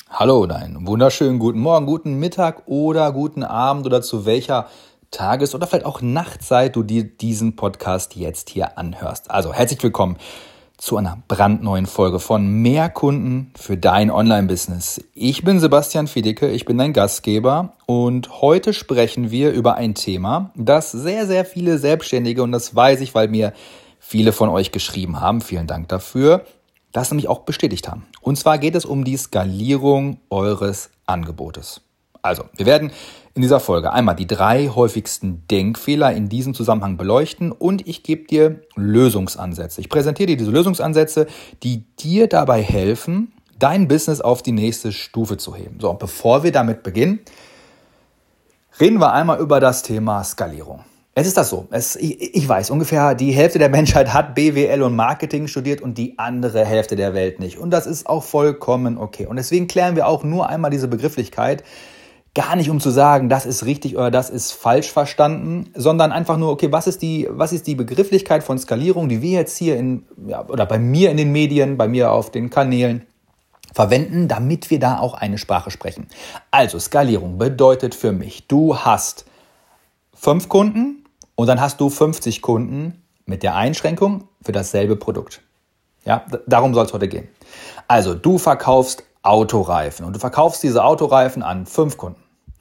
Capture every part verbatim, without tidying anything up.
Hallo, einen wunderschönen guten Morgen, guten Mittag oder guten Abend oder zu welcher Tages- oder vielleicht auch Nachtzeit du dir diesen Podcast jetzt hier anhörst. Also herzlich willkommen zu einer brandneuen Folge von Mehr Kunden für dein Online-Business. Ich bin Sebastian Fiedicke, ich bin dein Gastgeber und heute sprechen wir über ein Thema, das sehr, sehr viele Selbstständige, und das weiß ich, weil mir viele von euch geschrieben haben, vielen Dank dafür, das nämlich auch bestätigt haben. Und zwar geht es um die Skalierung eures Angebotes. Also, wir werden in dieser Folge einmal die drei häufigsten Denkfehler in diesem Zusammenhang beleuchten und ich gebe dir Lösungsansätze. Ich präsentiere dir diese Lösungsansätze, die dir dabei helfen, dein Business auf die nächste Stufe zu heben. So, und bevor wir damit beginnen, reden wir einmal über das Thema Skalierung. Es ist das so, es, ich, ich weiß, ungefähr die Hälfte der Menschheit hat B W L und Marketing studiert und die andere Hälfte der Welt nicht. Und das ist auch vollkommen okay. Und deswegen klären wir auch nur einmal diese Begrifflichkeit, gar nicht um zu sagen, das ist richtig oder das ist falsch verstanden, sondern einfach nur, okay, was ist die, was ist die Begrifflichkeit von Skalierung, die wir jetzt hier in, ja, oder bei mir in den Medien, bei mir auf den Kanälen verwenden, damit wir da auch eine Sprache sprechen. Also Skalierung bedeutet für mich, du hast fünf Kunden, und dann hast du fünfzig Kunden mit der Einschränkung für dasselbe Produkt. Ja, darum soll es heute gehen. Also du verkaufst Autoreifen und du verkaufst diese Autoreifen an fünf Kunden.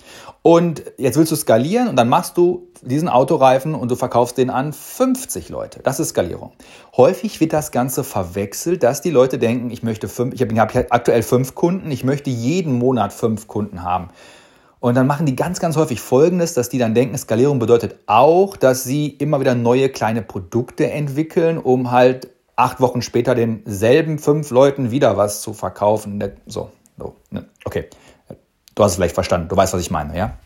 Und jetzt willst du skalieren und dann machst du diesen Autoreifen und du verkaufst den an fünfzig Leute. Das ist Skalierung. Häufig wird das Ganze verwechselt, dass die Leute denken, ich möchte fünf, ich habe hab aktuell fünf Kunden, ich möchte jeden Monat fünf Kunden haben. Und dann machen die ganz, ganz häufig Folgendes, dass die dann denken, Skalierung bedeutet auch, dass sie immer wieder neue kleine Produkte entwickeln, um halt acht Wochen später denselben fünf Leuten wieder was zu verkaufen. So, so, okay. Du hast es vielleicht verstanden, du weißt, was ich meine, ja?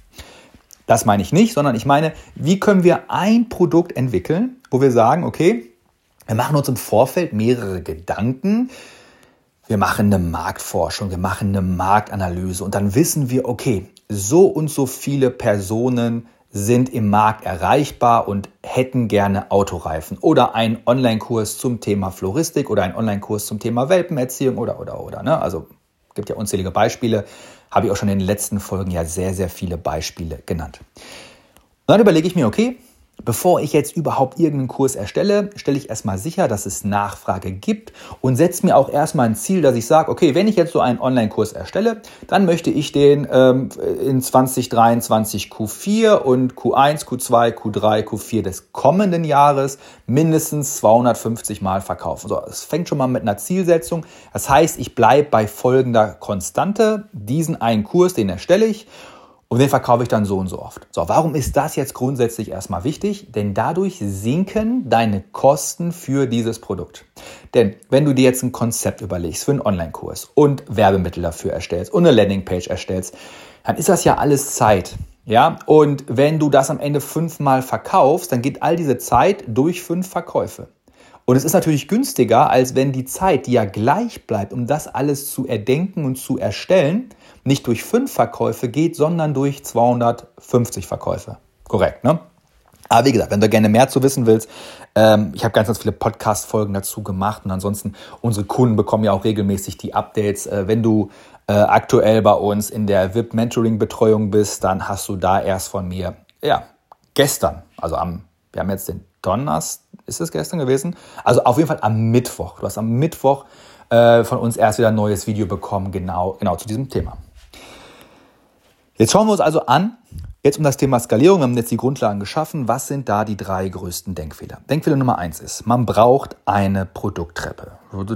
Das meine ich nicht, sondern ich meine, wie können wir ein Produkt entwickeln, wo wir sagen, okay, wir machen uns im Vorfeld mehrere Gedanken, wir machen eine Marktforschung, wir machen eine Marktanalyse und dann wissen wir, okay, so und so viele Personen sind im Markt erreichbar und hätten gerne Autoreifen oder einen Online-Kurs zum Thema Floristik oder einen Online-Kurs zum Thema Welpenerziehung oder, oder, oder. Ne? Also gibt ja unzählige Beispiele, habe ich auch schon in den letzten Folgen ja sehr, sehr viele Beispiele genannt. Und dann überlege ich mir, okay, bevor ich jetzt überhaupt irgendeinen Kurs erstelle, stelle ich erstmal sicher, dass es Nachfrage gibt und setze mir auch erstmal ein Ziel, dass ich sage, okay, wenn ich jetzt so einen Online-Kurs erstelle, dann möchte ich den ähm, in zwanzig dreiundzwanzig Q vier und Q eins, Q zwei, Q drei, Q vier des kommenden Jahres mindestens zweihundertfünfzig Mal verkaufen. So, es fängt schon mal mit einer Zielsetzung. Das heißt, ich bleibe bei folgender Konstante. Diesen einen Kurs, den erstelle ich. Und den verkaufe ich dann so und so oft. So, warum ist das jetzt grundsätzlich erstmal wichtig? Denn dadurch sinken deine Kosten für dieses Produkt. Denn wenn du dir jetzt ein Konzept überlegst für einen Online-Kurs und Werbemittel dafür erstellst und eine Landingpage erstellst, dann ist das ja alles Zeit. Ja? Und wenn du das am Ende fünfmal verkaufst, dann geht all diese Zeit durch fünf Verkäufe. Und es ist natürlich günstiger, als wenn die Zeit, die ja gleich bleibt, um das alles zu erdenken und zu erstellen, nicht durch fünf Verkäufe geht, sondern durch zweihundertfünfzig Verkäufe. Korrekt, ne? Aber wie gesagt, wenn du gerne mehr zu wissen willst, ähm, ich habe ganz, ganz viele Podcast-Folgen dazu gemacht und ansonsten, unsere Kunden bekommen ja auch regelmäßig die Updates. Äh, wenn du äh, aktuell bei uns in der V I P-Mentoring-Betreuung bist, dann hast du da erst von mir, ja, gestern, also am, wir haben jetzt den Donnerstag, ist es gestern gewesen? Also auf jeden Fall am Mittwoch. Du hast am Mittwoch äh, von uns erst wieder ein neues Video bekommen, genau, genau zu diesem Thema. Jetzt schauen wir uns also an, jetzt um das Thema Skalierung, wir haben jetzt die Grundlagen geschaffen, was sind da die drei größten Denkfehler? Denkfehler Nummer eins ist, man braucht eine Produkttreppe.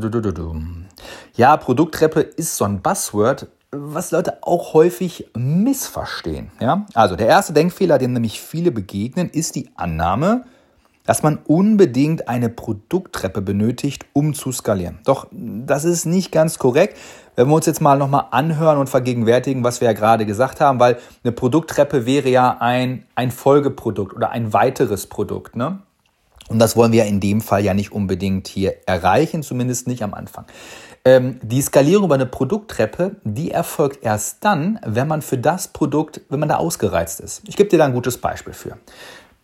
Ja, Produkttreppe ist so ein Buzzword, was Leute auch häufig missverstehen. Ja? Also der erste Denkfehler, dem nämlich viele begegnen, ist die Annahme, dass man unbedingt eine Produkttreppe benötigt, um zu skalieren. Doch das ist nicht ganz korrekt, wenn wir uns jetzt mal nochmal anhören und vergegenwärtigen, was wir ja gerade gesagt haben, weil eine Produkttreppe wäre ja ein, ein Folgeprodukt oder ein weiteres Produkt, ne? Und das wollen wir ja in dem Fall ja nicht unbedingt hier erreichen, zumindest nicht am Anfang. Ähm, die Skalierung über eine Produkttreppe, die erfolgt erst dann, wenn man für das Produkt, wenn man da ausgereizt ist. Ich gebe dir da ein gutes Beispiel für.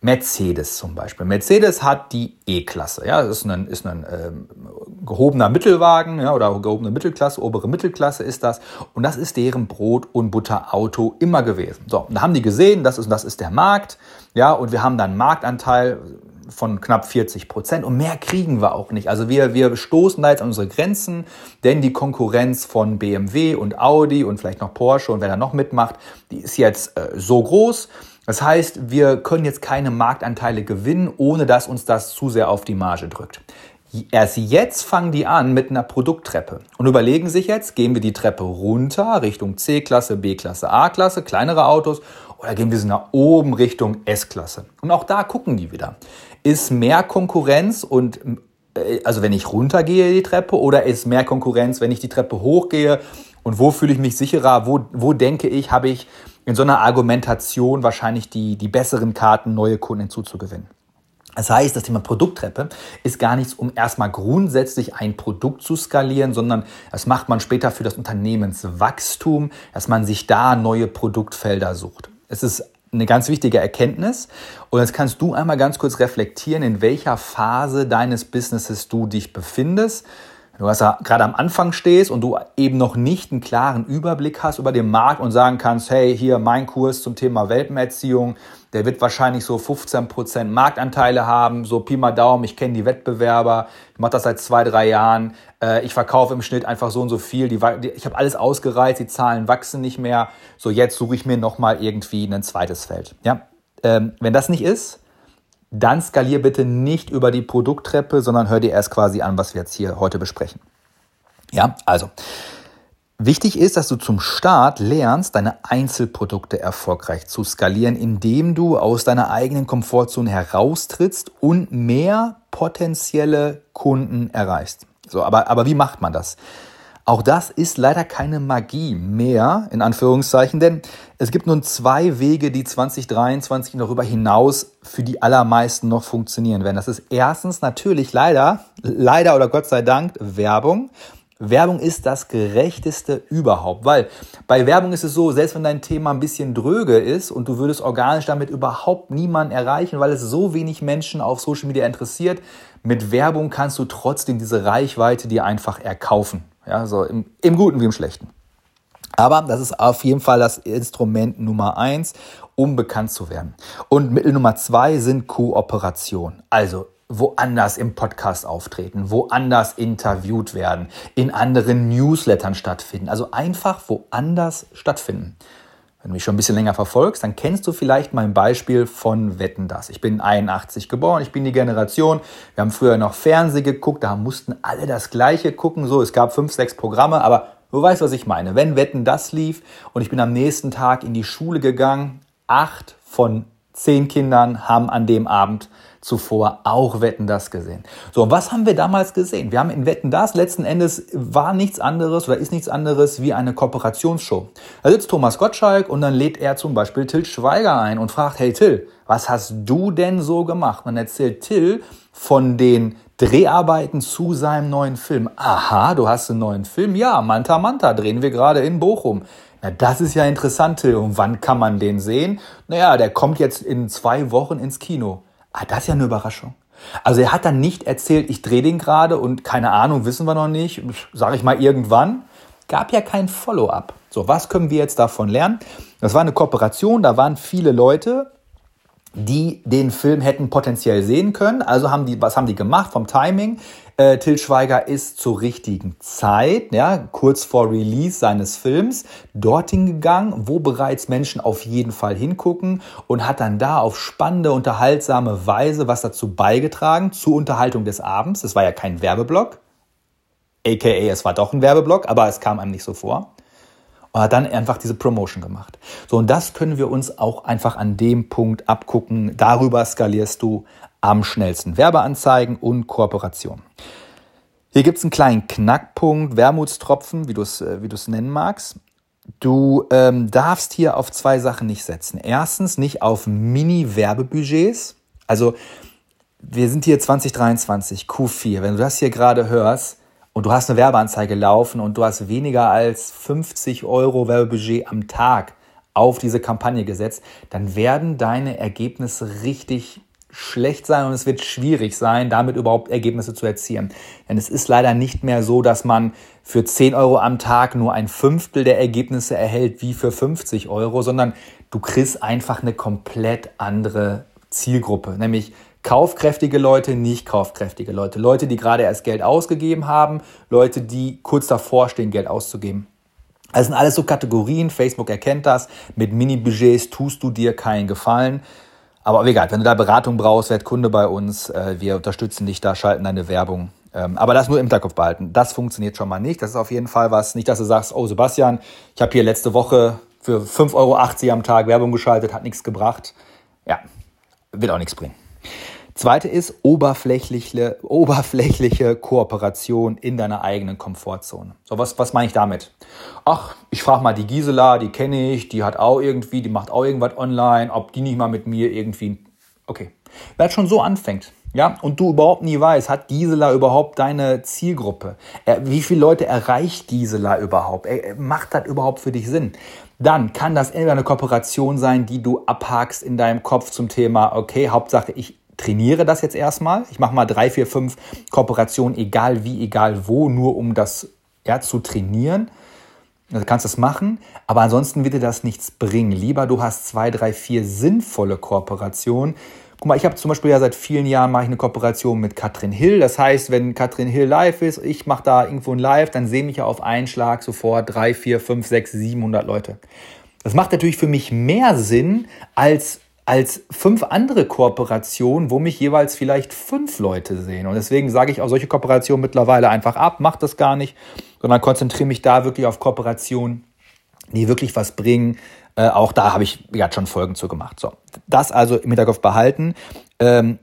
Mercedes zum Beispiel. Mercedes hat die E-Klasse. Ja, das ist ein, ist ein ähm, gehobener Mittelwagen, ja, oder gehobene Mittelklasse, obere Mittelklasse ist das. Und das ist deren Brot- und Butterauto immer gewesen. So, da haben die gesehen, das ist, das ist der Markt. Ja, und wir haben dann einen Marktanteil von knapp vierzig Prozent und mehr kriegen wir auch nicht. Also wir, wir stoßen da jetzt an unsere Grenzen, denn die Konkurrenz von B M W und Audi und vielleicht noch Porsche und wer da noch mitmacht, die ist jetzt äh, so groß. Das heißt, wir können jetzt keine Marktanteile gewinnen, ohne dass uns das zu sehr auf die Marge drückt. Erst jetzt fangen die an mit einer Produkttreppe und überlegen sich jetzt, gehen wir die Treppe runter Richtung C-Klasse, B-Klasse, A-Klasse, kleinere Autos, oder gehen wir sie nach oben Richtung S-Klasse. Und auch da gucken die wieder. Ist mehr Konkurrenz und also wenn ich runtergehe die Treppe, oder ist mehr Konkurrenz, wenn ich die Treppe hochgehe, und wo fühle ich mich sicherer, wo, wo denke ich, habe ich in so einer Argumentation wahrscheinlich die, die besseren Karten, neue Kunden hinzuzugewinnen. Das heißt, das Thema Produkttreppe ist gar nichts, um erstmal grundsätzlich ein Produkt zu skalieren, sondern das macht man später für das Unternehmenswachstum, dass man sich da neue Produktfelder sucht. Es ist eine ganz wichtige Erkenntnis, und jetzt kannst du einmal ganz kurz reflektieren, in welcher Phase deines Businesses du dich befindest. Du hast ja gerade am Anfang stehst und du eben noch nicht einen klaren Überblick hast über den Markt und sagen kannst, hey, hier mein Kurs zum Thema Welpenerziehung, der wird wahrscheinlich so fünfzehn Prozent Marktanteile haben, so Pi mal Daumen, ich kenne die Wettbewerber, ich mache das seit zwei, drei Jahren, äh, ich verkaufe im Schnitt einfach so und so viel, die, die, ich habe alles ausgereizt, die Zahlen wachsen nicht mehr, so jetzt suche ich mir nochmal irgendwie ein zweites Feld. Ja? Ähm, wenn das nicht ist, dann skalier bitte nicht über die Produkttreppe, sondern hör dir erst quasi an, was wir jetzt hier heute besprechen. Ja, also wichtig ist, dass du zum Start lernst, deine Einzelprodukte erfolgreich zu skalieren, indem du aus deiner eigenen Komfortzone heraustrittst und mehr potenzielle Kunden erreichst. So, aber, aber wie macht man das? Auch das ist leider keine Magie mehr, in Anführungszeichen, denn es gibt nun zwei Wege, die zwanzig dreiundzwanzig darüber hinaus für die allermeisten noch funktionieren werden. Das ist erstens natürlich leider, leider oder Gott sei Dank, Werbung. Werbung ist das Gerechteste überhaupt, weil bei Werbung ist es so, selbst wenn dein Thema ein bisschen dröge ist und du würdest organisch damit überhaupt niemanden erreichen, weil es so wenig Menschen auf Social Media interessiert, mit Werbung kannst du trotzdem diese Reichweite dir einfach erkaufen. Ja, so im, im Guten wie im Schlechten. Aber das ist auf jeden Fall das Instrument Nummer eins, um bekannt zu werden. Und Mittel Nummer zwei sind Kooperation. Also woanders im Podcast auftreten, woanders interviewt werden, in anderen Newslettern stattfinden. Also einfach woanders stattfinden. Wenn du mich schon ein bisschen länger verfolgst, dann kennst du vielleicht mein Beispiel von Wetten, dass. Ich bin einundachtzig geboren, ich bin die Generation. Wir haben früher noch Fernsehen geguckt, da mussten alle das Gleiche gucken. So, es gab fünf, sechs Programme, aber du weißt, was ich meine. Wenn Wetten, dass lief und ich bin am nächsten Tag in die Schule gegangen, acht von zehn Kindern haben an dem Abend zuvor auch Wetten, dass gesehen. So, und was haben wir damals gesehen? Wir haben in Wetten, dass letzten Endes war nichts anderes oder ist nichts anderes wie eine Kooperationsshow. Da sitzt Thomas Gottschalk und dann lädt er zum Beispiel Til Schweiger ein und fragt, hey Til, was hast du denn so gemacht? Und dann erzählt Til von den Dreharbeiten zu seinem neuen Film. Aha, du hast einen neuen Film? Ja, Manta Manta drehen wir gerade in Bochum. Na, das ist ja interessant, Til. Und wann kann man den sehen? Naja, der kommt jetzt in zwei Wochen ins Kino. Ah, das ist ja eine Überraschung. Also er hat dann nicht erzählt, ich drehe den gerade und keine Ahnung, wissen wir noch nicht, sage ich mal irgendwann. Gab ja kein Follow-up. So, was können wir jetzt davon lernen? Das war eine Kooperation, da waren viele Leute, die den Film hätten potenziell sehen können. Also haben die, was haben die gemacht vom Timing? Äh, Til Schweiger ist zur richtigen Zeit, ja, kurz vor Release seines Films, dorthin gegangen, wo bereits Menschen auf jeden Fall hingucken und hat dann da auf spannende, unterhaltsame Weise was dazu beigetragen, zur Unterhaltung des Abends. Es war ja kein Werbeblock, aka es war doch ein Werbeblock, aber es kam einem nicht so vor. Und hat dann einfach diese Promotion gemacht. So, und das können wir uns auch einfach an dem Punkt abgucken. Darüber skalierst du am schnellsten. Werbeanzeigen und Kooperation. Hier gibt es einen kleinen Knackpunkt, Wermutstropfen, wie du es wie du es nennen magst. Du ähm, darfst hier auf zwei Sachen nicht setzen. Erstens nicht auf Mini-Werbebudgets. Also wir sind hier zwanzig dreiundzwanzig, Q vier. Wenn du das hier gerade hörst, und du hast eine Werbeanzeige laufen und du hast weniger als fünfzig Euro Werbebudget am Tag auf diese Kampagne gesetzt, dann werden deine Ergebnisse richtig schlecht sein und es wird schwierig sein, damit überhaupt Ergebnisse zu erzielen. Denn es ist leider nicht mehr so, dass man für zehn Euro am Tag nur ein Fünftel der Ergebnisse erhält wie für fünfzig Euro, sondern du kriegst einfach eine komplett andere Zielgruppe, nämlich kaufkräftige Leute, nicht kaufkräftige Leute, Leute, die gerade erst Geld ausgegeben haben, Leute, die kurz davor stehen, Geld auszugeben. Das sind alles so Kategorien, Facebook erkennt das, mit Mini-Budgets tust du dir keinen Gefallen. Aber egal, wenn du da Beratung brauchst, werd Kunde bei uns, wir unterstützen dich da, schalten deine Werbung. Aber das nur im Hinterkopf behalten, das funktioniert schon mal nicht. Das ist auf jeden Fall was, nicht, dass du sagst, oh Sebastian, ich habe hier letzte Woche für fünf Euro achtzig am Tag Werbung geschaltet, hat nichts gebracht. Ja, wird auch nichts bringen. Zweite ist oberflächliche, oberflächliche Kooperation in deiner eigenen Komfortzone. So, was, was meine ich damit? Ach, ich frage mal die Gisela, die kenne ich, die hat auch irgendwie, die macht auch irgendwas online, ob die nicht mal mit mir irgendwie, okay. Wenn es schon so anfängt, ja, und du überhaupt nie weißt, hat Gisela überhaupt deine Zielgruppe? Wie viele Leute erreicht Gisela überhaupt? Macht das überhaupt für dich Sinn? Dann kann das entweder eine Kooperation sein, die du abhakst in deinem Kopf zum Thema, okay, Hauptsache ich trainiere das jetzt erstmal. Ich mache mal drei, vier, fünf Kooperationen, egal wie, egal wo, nur um das ja, zu trainieren. Also kannst du das machen, aber ansonsten wird dir das nichts bringen. Lieber du hast zwei, drei, vier sinnvolle Kooperationen. Guck mal, ich habe zum Beispiel ja seit vielen Jahren mache ich eine Kooperation mit Katrin Hill. Das heißt, wenn Katrin Hill live ist, ich mache da irgendwo ein Live, dann sehen mich ja auf einen Schlag sofort drei, vier, fünf, sechs, siebenhundert Leute. Das macht natürlich für mich mehr Sinn als als fünf andere Kooperationen, wo mich jeweils vielleicht fünf Leute sehen. Und deswegen sage ich auch solche Kooperationen mittlerweile einfach ab, mach das gar nicht, sondern konzentriere mich da wirklich auf Kooperationen, die wirklich was bringen. Äh, auch da habe ich ja schon Folgen zu gemacht. So, das also im Hinterkopf behalten. Ähm,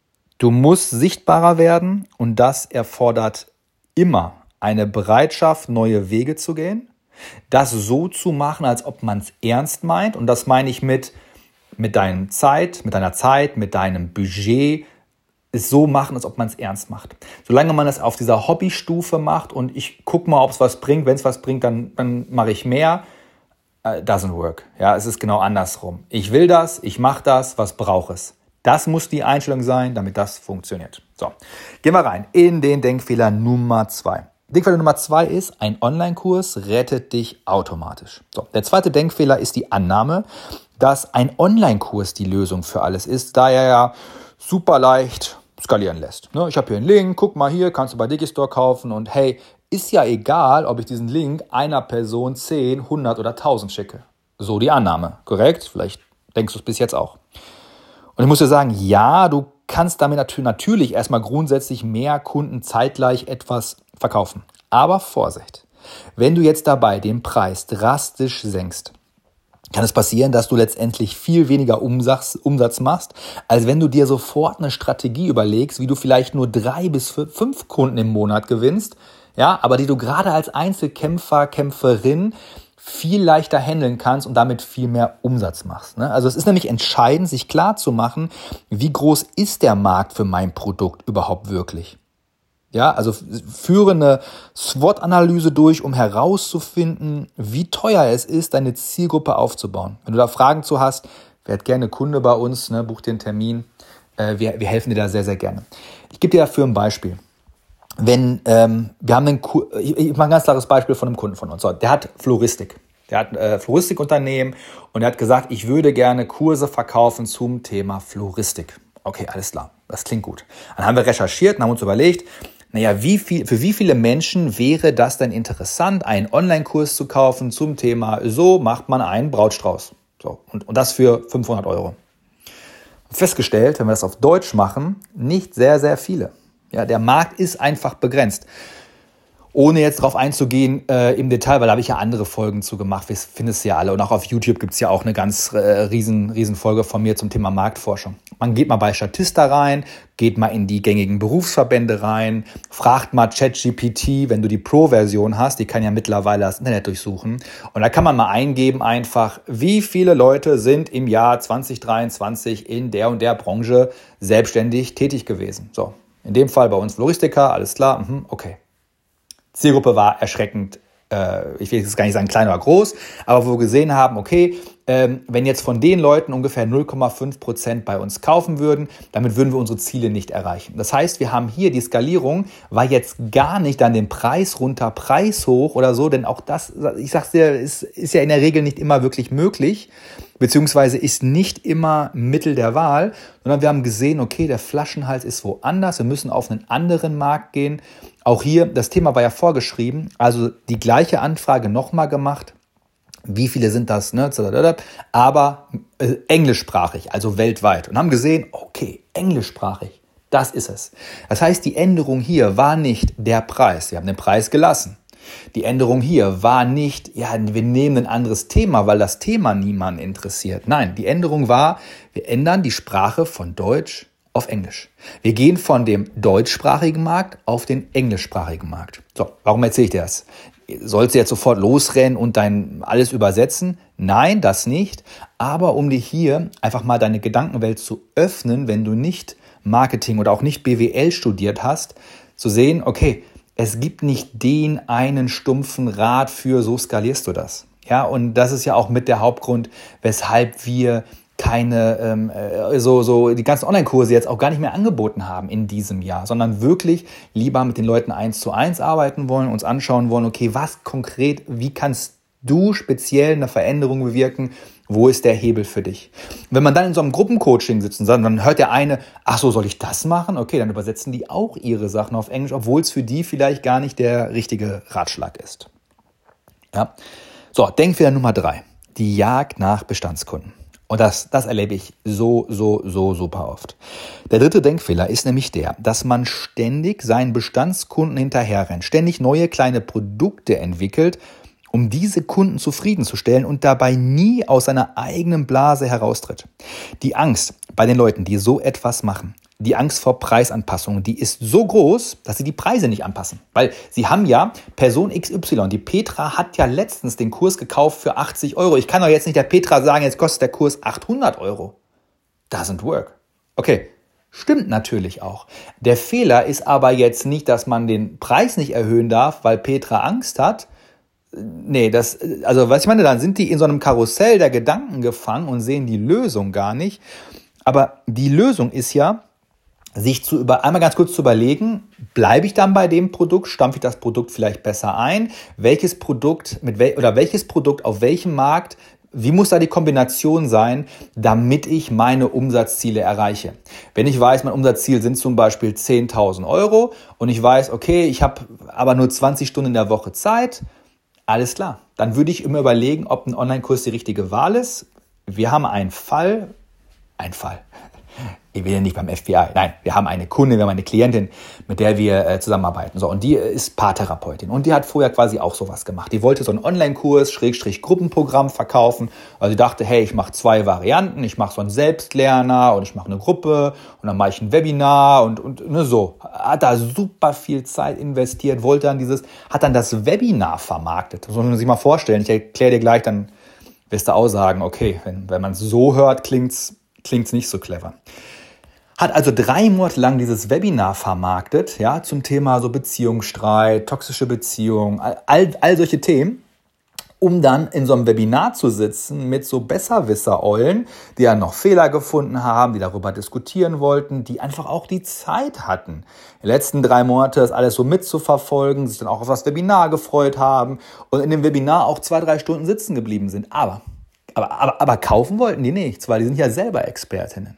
du musst sichtbarer werden und das erfordert immer eine Bereitschaft, neue Wege zu gehen. Das so zu machen, als ob man es ernst meint. Und das meine ich mit mit deiner Zeit, mit deiner Zeit, mit deinem Budget, es so machen, als ob man es ernst macht. Solange man es auf dieser Hobbystufe macht und ich gucke mal, ob es was bringt, wenn es was bringt, dann, dann mache ich mehr, uh, doesn't work. Ja, es ist genau andersrum. Ich will das, ich mache das, was brauche es? Das muss die Einstellung sein, damit das funktioniert. So, gehen wir rein in den Denkfehler Nummer zwei. Denkfehler Nummer zwei ist, ein Online-Kurs rettet dich automatisch. So, der zweite Denkfehler ist die Annahme, dass ein Online-Kurs die Lösung für alles ist, da er ja super leicht skalieren lässt. Ich habe hier einen Link, guck mal hier, kannst du bei Digistore kaufen und hey, ist ja egal, ob ich diesen Link einer Person zehn, hundert oder tausend schicke. So die Annahme, korrekt? Vielleicht denkst du es bis jetzt auch. Und ich muss dir sagen, ja, du kannst damit natürlich erstmal grundsätzlich mehr Kunden zeitgleich etwas verkaufen. Aber Vorsicht, wenn du jetzt dabei den Preis drastisch senkst, kann es passieren, dass du letztendlich viel weniger Umsatz, Umsatz machst, als wenn du dir sofort eine Strategie überlegst, wie du vielleicht nur drei bis fünf Kunden im Monat gewinnst, ja, aber die du gerade als Einzelkämpfer, Kämpferin viel leichter handeln kannst und damit viel mehr Umsatz machst. Ne? Also es ist nämlich entscheidend, sich klar zu machen, wie groß ist der Markt für mein Produkt überhaupt wirklich. Ja, also führe eine SWOT-Analyse durch, um herauszufinden, wie teuer es ist, deine Zielgruppe aufzubauen. Wenn du da Fragen zu hast, werd gerne Kunde bei uns, ne, buch dir einen Termin. Äh, wir, wir helfen dir da sehr, sehr gerne. Ich gebe dir dafür ein Beispiel. Wenn ähm, wir haben einen, ich, ich mache ein ganz klares Beispiel von einem Kunden von uns. So, der hat Floristik. Der hat ein äh, Floristikunternehmen und er hat gesagt, ich würde gerne Kurse verkaufen zum Thema Floristik. Okay, alles klar. Das klingt gut. Dann haben wir recherchiert und haben uns überlegt, naja, wie viel, für wie viele Menschen wäre das denn interessant, einen Online-Kurs zu kaufen zum Thema, so macht man einen Brautstrauß. So, und, und das für fünfhundert Euro. Festgestellt, wenn wir das auf Deutsch machen, nicht sehr, sehr viele. Ja, der Markt ist einfach begrenzt. Ohne jetzt drauf einzugehen äh, im Detail, weil da habe ich ja andere Folgen zu gemacht, wir finden es ja alle. Und auch auf YouTube gibt es ja auch eine ganz äh, riesen, riesen Folge von mir zum Thema Marktforschung. Man geht mal bei Statista rein, geht mal in die gängigen Berufsverbände rein, fragt mal ChatGPT, wenn du die Pro-Version hast, die kann ja mittlerweile das Internet durchsuchen. Und da kann man mal eingeben einfach, wie viele Leute sind im Jahr zwanzig dreiundzwanzig in der und der Branche selbstständig tätig gewesen. So, in dem Fall bei uns Floristiker, alles klar, okay. Zielgruppe war erschreckend, äh, ich will jetzt gar nicht sagen klein oder groß, aber wo wir gesehen haben, okay, ähm, wenn jetzt von den Leuten ungefähr null Komma fünf Prozent bei uns kaufen würden, damit würden wir unsere Ziele nicht erreichen. Das heißt, wir haben hier die Skalierung, war jetzt gar nicht dann den Preis runter, Preis hoch oder so, denn auch das, ich sag's dir, ist, ist ja in der Regel nicht immer wirklich möglich, beziehungsweise ist nicht immer Mittel der Wahl, sondern wir haben gesehen, okay, der Flaschenhals ist woanders, wir müssen auf einen anderen Markt gehen. Auch hier, das Thema war ja vorgeschrieben, also die gleiche Anfrage nochmal gemacht. Wie viele sind das? Ne? Aber äh, englischsprachig, also weltweit. Und haben gesehen, okay, englischsprachig, das ist es. Das heißt, die Änderung hier war nicht der Preis. Wir haben den Preis gelassen. Die Änderung hier war nicht, ja, wir nehmen ein anderes Thema, weil das Thema niemanden interessiert. Nein, die Änderung war, wir ändern die Sprache von Deutsch auf Englisch. Wir gehen von dem deutschsprachigen Markt auf den englischsprachigen Markt. So, warum erzähle ich dir das? Sollst du jetzt sofort losrennen und dein alles übersetzen? Nein, das nicht. Aber um dir hier einfach mal deine Gedankenwelt zu öffnen, wenn du nicht Marketing oder auch nicht B W L studiert hast, zu sehen, okay, es gibt nicht den einen stumpfen Rat für, so skalierst du das. Ja, und das ist ja auch mit der Hauptgrund, weshalb wir keine, ähm, so, so die ganzen Online-Kurse jetzt auch gar nicht mehr angeboten haben in diesem Jahr, sondern wirklich lieber mit den Leuten eins zu eins arbeiten wollen, uns anschauen wollen, okay, was konkret, wie kannst du speziell eine Veränderung bewirken, wo ist der Hebel für dich? Wenn man dann in so einem Gruppencoaching sitzt und sagt, dann hört der eine, ach so, soll ich das machen? Okay, dann übersetzen die auch ihre Sachen auf Englisch, obwohl es für die vielleicht gar nicht der richtige Ratschlag ist. Ja. So, Denkfehler Nummer drei, die Jagd nach Bestandskunden. Und das, das erlebe ich so, so, so super oft. Der dritte Denkfehler ist nämlich der, dass man ständig seinen Bestandskunden hinterherrennt, ständig neue kleine Produkte entwickelt, um diese Kunden zufriedenzustellen und dabei nie aus seiner eigenen Blase heraustritt. Die Angst bei den Leuten, die so etwas machen, die Angst vor Preisanpassungen, die ist so groß, dass sie die Preise nicht anpassen. Weil sie haben ja Person X Y, die Petra hat ja letztens den Kurs gekauft für achtzig Euro. Ich kann doch jetzt nicht der Petra sagen, jetzt kostet der Kurs achthundert Euro. Doesn't work. Okay, stimmt natürlich auch. Der Fehler ist aber jetzt nicht, dass man den Preis nicht erhöhen darf, weil Petra Angst hat. Nee, das, also was ich meine, dann sind die in so einem Karussell der Gedanken gefangen und sehen die Lösung gar nicht. Aber die Lösung ist ja, sich zu über, einmal ganz kurz zu überlegen, bleibe ich dann bei dem Produkt, stampfe ich das Produkt vielleicht besser ein, welches Produkt mit wel, oder welches Produkt auf welchem Markt, wie muss da die Kombination sein, damit ich meine Umsatzziele erreiche? Wenn ich weiß, mein Umsatzziel sind zum Beispiel zehntausend Euro und ich weiß, okay, ich habe aber nur zwanzig Stunden in der Woche Zeit, alles klar. Dann würde ich immer überlegen, ob ein Online-Kurs die richtige Wahl ist. Wir haben einen Fall, einen Fall. Ich will ja nicht beim F B I. Nein, wir haben eine Kundin, wir haben eine Klientin, mit der wir äh, zusammenarbeiten. So, und die ist Paartherapeutin. Und die hat vorher quasi auch sowas gemacht. Die wollte so einen Online-Kurs, Schrägstrich Gruppenprogramm verkaufen. Also die dachte, hey, ich mache zwei Varianten. Ich mache so einen Selbstlerner und ich mache eine Gruppe und dann mache ich ein Webinar und, und ne, so. Hat da super viel Zeit investiert, wollte dann dieses, hat dann das Webinar vermarktet. Das muss man sich mal vorstellen. Ich erkläre dir gleich, dann wirst du auch sagen, okay, wenn, wenn man es so hört, klingt's klingt's nicht so clever. Hat also drei Monate lang dieses Webinar vermarktet, ja, zum Thema so Beziehungsstreit, toxische Beziehungen, all, all solche Themen, um dann in so einem Webinar zu sitzen mit so Besserwisser-Eulen, die ja noch Fehler gefunden haben, die darüber diskutieren wollten, die einfach auch die Zeit hatten, die letzten drei Monate das alles so mitzuverfolgen, sich dann auch auf das Webinar gefreut haben und in dem Webinar auch zwei, drei Stunden sitzen geblieben sind. Aber, aber, aber, aber kaufen wollten die nichts, weil die sind ja selber Expertinnen.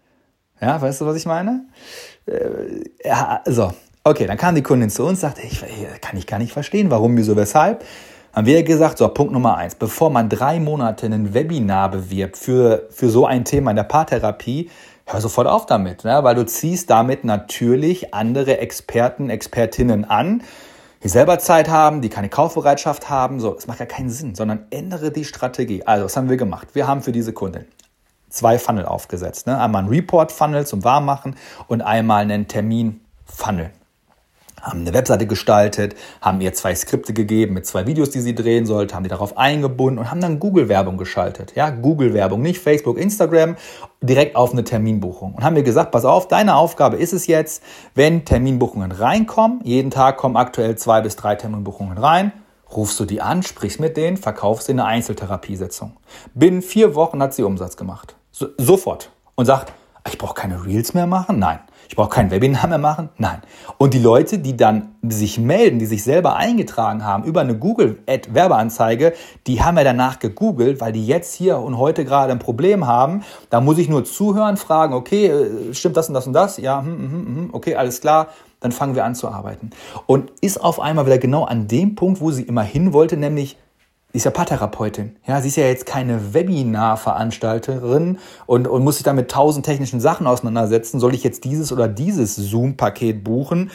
Ja, weißt du, was ich meine? Äh, ja, so, okay, dann kam die Kundin zu uns, sagte, ich kann ich gar nicht verstehen, warum, wieso, weshalb. Haben wir gesagt, so, Punkt Nummer eins, bevor man drei Monate ein Webinar bewirbt für, für so ein Thema in der Paartherapie, hör sofort auf damit, ne? Weil du ziehst damit natürlich andere Experten, Expertinnen an, die selber Zeit haben, die keine Kaufbereitschaft haben, so, das macht ja keinen Sinn, sondern ändere die Strategie. Also, was haben wir gemacht? Wir haben für diese Kundin zwei Funnel aufgesetzt. Ne? Einmal ein Report-Funnel zum Warmmachen und einmal einen Termin-Funnel. Haben eine Webseite gestaltet, haben ihr zwei Skripte gegeben mit zwei Videos, die sie drehen sollte, haben die darauf eingebunden und haben dann Google-Werbung geschaltet. Ja, Google-Werbung, nicht Facebook, Instagram, direkt auf eine Terminbuchung. Und haben mir gesagt, pass auf, deine Aufgabe ist es jetzt, wenn Terminbuchungen reinkommen, jeden Tag kommen aktuell zwei bis drei Terminbuchungen rein, Rufst du die an, sprichst mit denen, verkaufst dir eine Einzeltherapiesitzung. Binnen vier Wochen hat sie Umsatz gemacht. So, sofort. Und sagt, ich brauche keine Reels mehr machen? Nein. Ich brauche kein Webinar mehr machen? Nein. Und die Leute, die dann sich melden, die sich selber eingetragen haben über eine Google-Ad-Werbeanzeige, die haben ja danach gegoogelt, weil die jetzt hier und heute gerade ein Problem haben. Da muss ich nur zuhören, fragen, okay, stimmt das und das und das? Ja, hm, hm, hm, okay, alles klar. Dann fangen wir an zu arbeiten. Und ist auf einmal wieder genau an dem Punkt, wo sie immer hin wollte, nämlich, sie ist ja Paartherapeutin. Ja, sie ist ja jetzt keine Webinar-Veranstalterin und, und muss sich da mit tausend technischen Sachen auseinandersetzen. Soll ich jetzt dieses oder dieses Zoom-Paket buchen?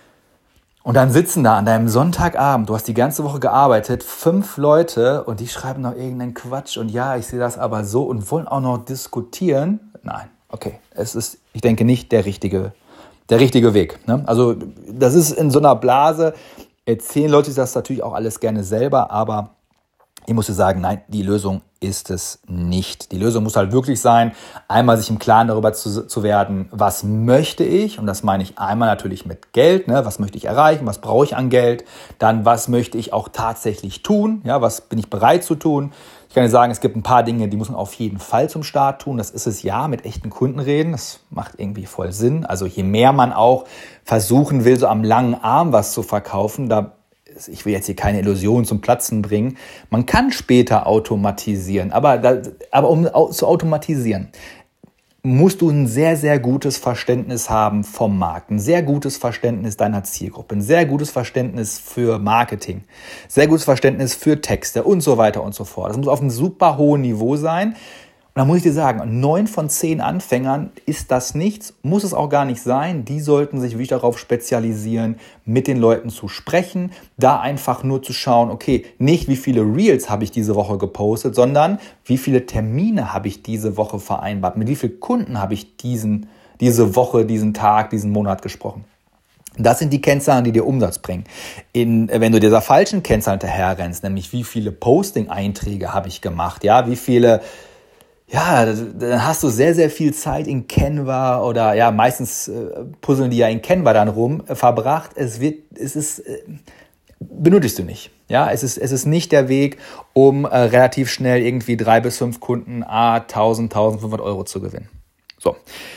Und dann sitzen da an deinem Sonntagabend, du hast die ganze Woche gearbeitet, fünf Leute und die schreiben noch irgendeinen Quatsch und ja, ich sehe das aber so und wollen auch noch diskutieren. Nein, okay, es ist, ich denke, nicht der richtige, der richtige Weg. Ne? Also das ist in so einer Blase, erzählen Leute das natürlich auch alles gerne selber, aber ich muss dir sagen, nein, die Lösung ist es nicht. Die Lösung muss halt wirklich sein, einmal sich im Klaren darüber zu, zu werden, was möchte ich? Und das meine ich einmal natürlich mit Geld, ne? Was möchte ich erreichen? Was brauche ich an Geld? Dann, was möchte ich auch tatsächlich tun? Ja, was bin ich bereit zu tun? Ich kann dir sagen, es gibt ein paar Dinge, die muss man auf jeden Fall zum Start tun. Das ist es ja, mit echten Kunden reden. Das macht irgendwie voll Sinn. Also je mehr man auch versuchen will, so am langen Arm was zu verkaufen, da ich will jetzt hier keine Illusion zum Platzen bringen. Man kann später automatisieren, aber, da, aber um zu automatisieren, musst du ein sehr, sehr gutes Verständnis haben vom Markt, ein sehr gutes Verständnis deiner Zielgruppe, ein sehr gutes Verständnis für Marketing, sehr gutes Verständnis für Texte und so weiter und so fort. Das muss auf einem super hohen Niveau sein. Und da muss ich dir sagen, neun von zehn Anfängern ist das nichts, muss es auch gar nicht sein. Die sollten sich wirklich darauf spezialisieren, mit den Leuten zu sprechen, da einfach nur zu schauen, okay, nicht wie viele Reels habe ich diese Woche gepostet, sondern wie viele Termine habe ich diese Woche vereinbart, mit wie vielen Kunden habe ich diesen, diese Woche, diesen Tag, diesen Monat gesprochen. Das sind die Kennzahlen, die dir Umsatz bringen. In, wenn du dieser falschen Kennzahl hinterherrennst, nämlich wie viele Posting-Einträge habe ich gemacht, ja, wie viele... Ja, dann hast du sehr, sehr viel Zeit in Canva oder ja, meistens äh, puzzeln die ja in Canva dann rum, äh, verbracht. Es wird, es ist, äh, benötigst du nicht. Ja, es ist, es ist nicht der Weg, um äh, relativ schnell irgendwie drei bis fünf Kunden, ah, tausend, tausendfünfhundert Euro zu gewinnen. So,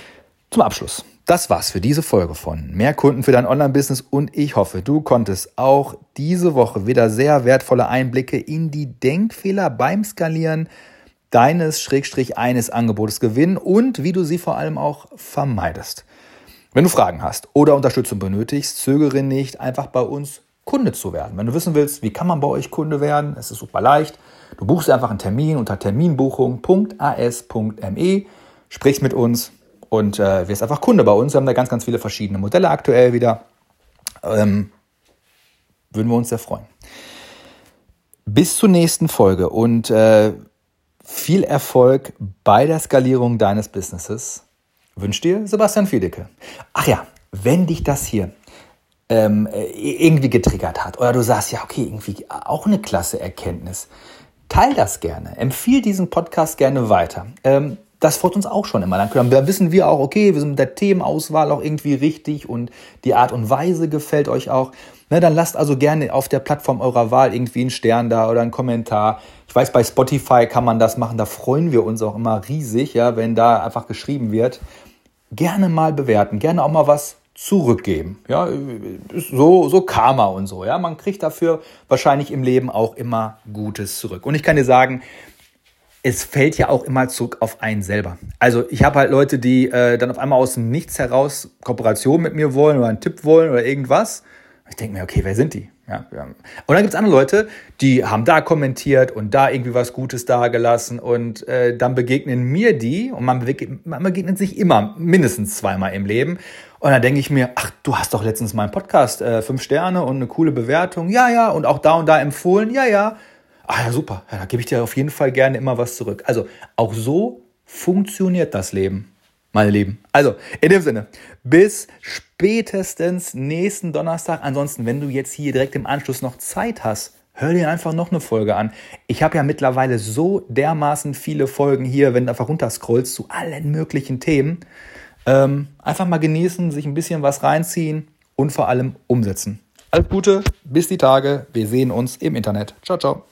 zum Abschluss. Das war's für diese Folge von Mehr Kunden für dein Online-Business und ich hoffe, du konntest auch diese Woche wieder sehr wertvolle Einblicke in die Denkfehler beim Skalieren deines Schrägstrich eines Angebotes gewinnen und wie du sie vor allem auch vermeidest. Wenn du Fragen hast oder Unterstützung benötigst, zögere nicht, einfach bei uns Kunde zu werden. Wenn du wissen willst, wie kann man bei euch Kunde werden, es ist super leicht. Du buchst einfach einen Termin unter terminbuchung punkt a s punkt m e, sprichst mit uns und äh, wirst einfach Kunde bei uns. Wir haben da ganz, ganz viele verschiedene Modelle aktuell wieder. Ähm, würden wir uns sehr freuen. Bis zur nächsten Folge und äh, viel Erfolg bei der Skalierung deines Businesses. Wünscht dir Sebastian Fiedeke. Ach ja, wenn dich das hier ähm, irgendwie getriggert hat oder du sagst, ja okay, irgendwie auch eine klasse Erkenntnis, teil das gerne. Empfiehl diesen Podcast gerne weiter. Ähm, das freut uns auch schon immer. Dann, dann wissen wir auch, okay, wir sind mit der Themenauswahl auch irgendwie richtig und die Art und Weise gefällt euch auch. Ne, dann lasst also gerne auf der Plattform eurer Wahl irgendwie einen Stern da oder einen Kommentar. Ich weiß, bei Spotify kann man das machen, da freuen wir uns auch immer riesig, ja, wenn da einfach geschrieben wird. Gerne mal bewerten, gerne auch mal was zurückgeben. Ja, so, so Karma und so. Ja, man kriegt dafür wahrscheinlich im Leben auch immer Gutes zurück. Und ich kann dir sagen, es fällt ja auch immer zurück auf einen selber. Also ich habe halt Leute, die äh, dann auf einmal aus dem Nichts heraus Kooperation mit mir wollen oder einen Tipp wollen oder irgendwas. Ich denke mir, okay, wer sind die? Ja, ja. Und dann gibt es andere Leute, die haben da kommentiert und da irgendwie was Gutes dagelassen und äh, dann begegnen mir die und man begegnet, man begegnet sich immer mindestens zweimal im Leben. Und dann denke ich mir, ach, du hast doch letztens meinen Podcast, äh, fünf Sterne und eine coole Bewertung. Ja, ja, und auch da und da empfohlen. Ja, ja. Ah ja, super. Ja, da gebe ich dir auf jeden Fall gerne immer was zurück. Also auch so funktioniert das Leben, meine Lieben. Also in dem Sinne, bis spätestens nächsten Donnerstag. Ansonsten, wenn du jetzt hier direkt im Anschluss noch Zeit hast, hör dir einfach noch eine Folge an. Ich habe ja mittlerweile so dermaßen viele Folgen hier, wenn du einfach runterscrollst, zu allen möglichen Themen. Ähm, einfach mal genießen, sich ein bisschen was reinziehen und vor allem umsetzen. Alles Gute, bis die Tage. Wir sehen uns im Internet. Ciao, ciao.